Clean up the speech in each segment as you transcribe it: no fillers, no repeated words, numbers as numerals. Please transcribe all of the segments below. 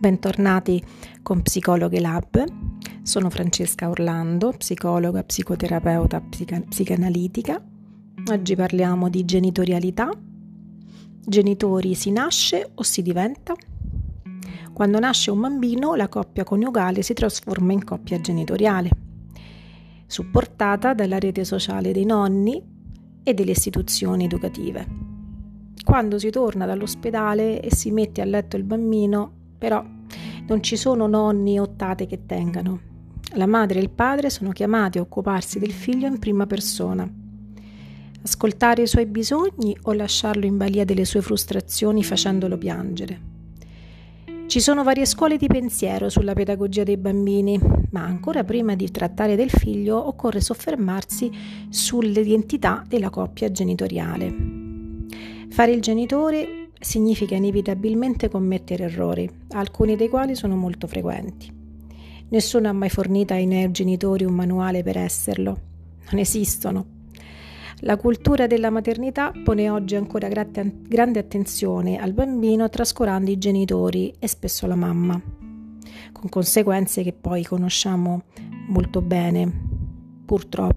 Bentornati con Psicologhe Lab. Sono Francesca Orlando, psicologa, psicoterapeuta, psicanalitica. Oggi parliamo di genitorialità. Genitori si nasce o si diventa? Quando nasce un bambino, la coppia coniugale si trasforma in coppia genitoriale, supportata dalla rete sociale dei nonni e delle istituzioni educative. Quando si torna dall'ospedale e si mette a letto il bambino, però non ci sono nonni o tate che tengano. La madre e il padre sono chiamati a occuparsi del figlio in prima persona. Ascoltare i suoi bisogni o lasciarlo in balia delle sue frustrazioni facendolo piangere. Ci sono varie scuole di pensiero sulla pedagogia dei bambini, ma ancora prima di trattare del figlio occorre soffermarsi sull'identità della coppia genitoriale. Fare il genitore significa inevitabilmente commettere errori, alcuni dei quali sono molto frequenti. Nessuno ha mai fornito ai neogenitori un manuale per esserlo. Non esistono. La cultura della maternità pone oggi ancora grande attenzione al bambino trascurando i genitori e spesso la mamma, con conseguenze che poi conosciamo molto bene, purtroppo.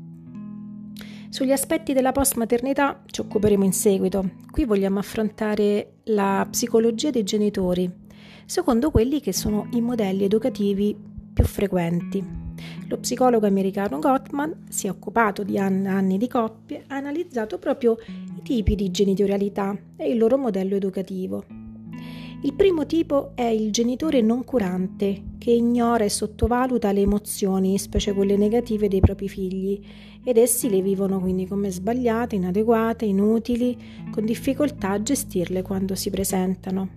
Sugli aspetti della post-maternità ci occuperemo in seguito. Qui vogliamo affrontare la psicologia dei genitori, secondo quelli che sono i modelli educativi più frequenti. Lo psicologo americano Gottman si è occupato di anni di coppie, ha analizzato proprio i tipi di genitorialità e il loro modello educativo. Il primo tipo è il genitore non curante, che ignora e sottovaluta le emozioni, specie quelle negative dei propri figli, ed essi le vivono quindi come sbagliate, inadeguate, inutili, con difficoltà a gestirle quando si presentano.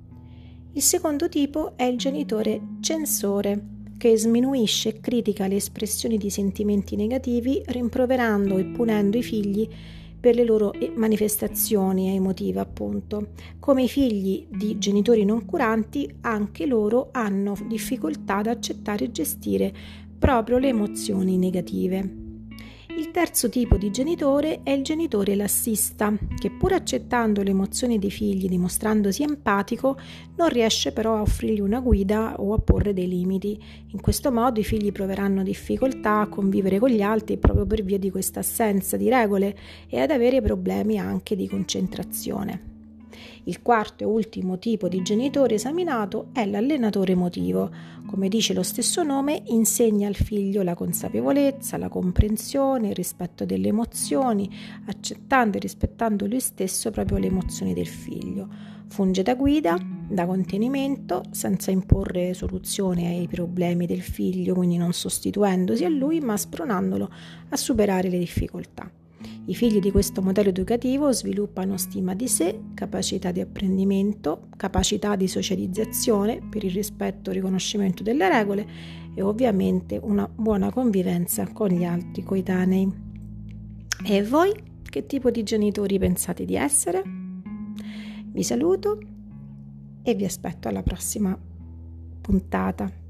Il secondo tipo è il genitore censore, che sminuisce e critica le espressioni di sentimenti negativi, rimproverando e punendo i figli per le loro manifestazioni emotive, appunto. Come i figli di genitori non curanti, anche loro hanno difficoltà ad accettare e gestire proprio le emozioni negative. Il terzo tipo di genitore è il genitore lassista, che pur accettando le emozioni dei figli, dimostrandosi empatico, non riesce però a offrirgli una guida o a porre dei limiti. In questo modo i figli proveranno difficoltà a convivere con gli altri proprio per via di questa assenza di regole e ad avere problemi anche di concentrazione. Il quarto e ultimo tipo di genitore esaminato è l'allenatore emotivo. Come dice lo stesso nome, insegna al figlio la consapevolezza, la comprensione, il rispetto delle emozioni, accettando e rispettando lui stesso proprio le emozioni del figlio. Funge da guida, da contenimento, senza imporre soluzioni ai problemi del figlio, quindi non sostituendosi a lui, ma spronandolo a superare le difficoltà. I figli di questo modello educativo sviluppano stima di sé, capacità di apprendimento, capacità di socializzazione per il rispetto e riconoscimento delle regole e ovviamente una buona convivenza con gli altri coetanei. E voi che tipo di genitori pensate di essere? Vi saluto e vi aspetto alla prossima puntata.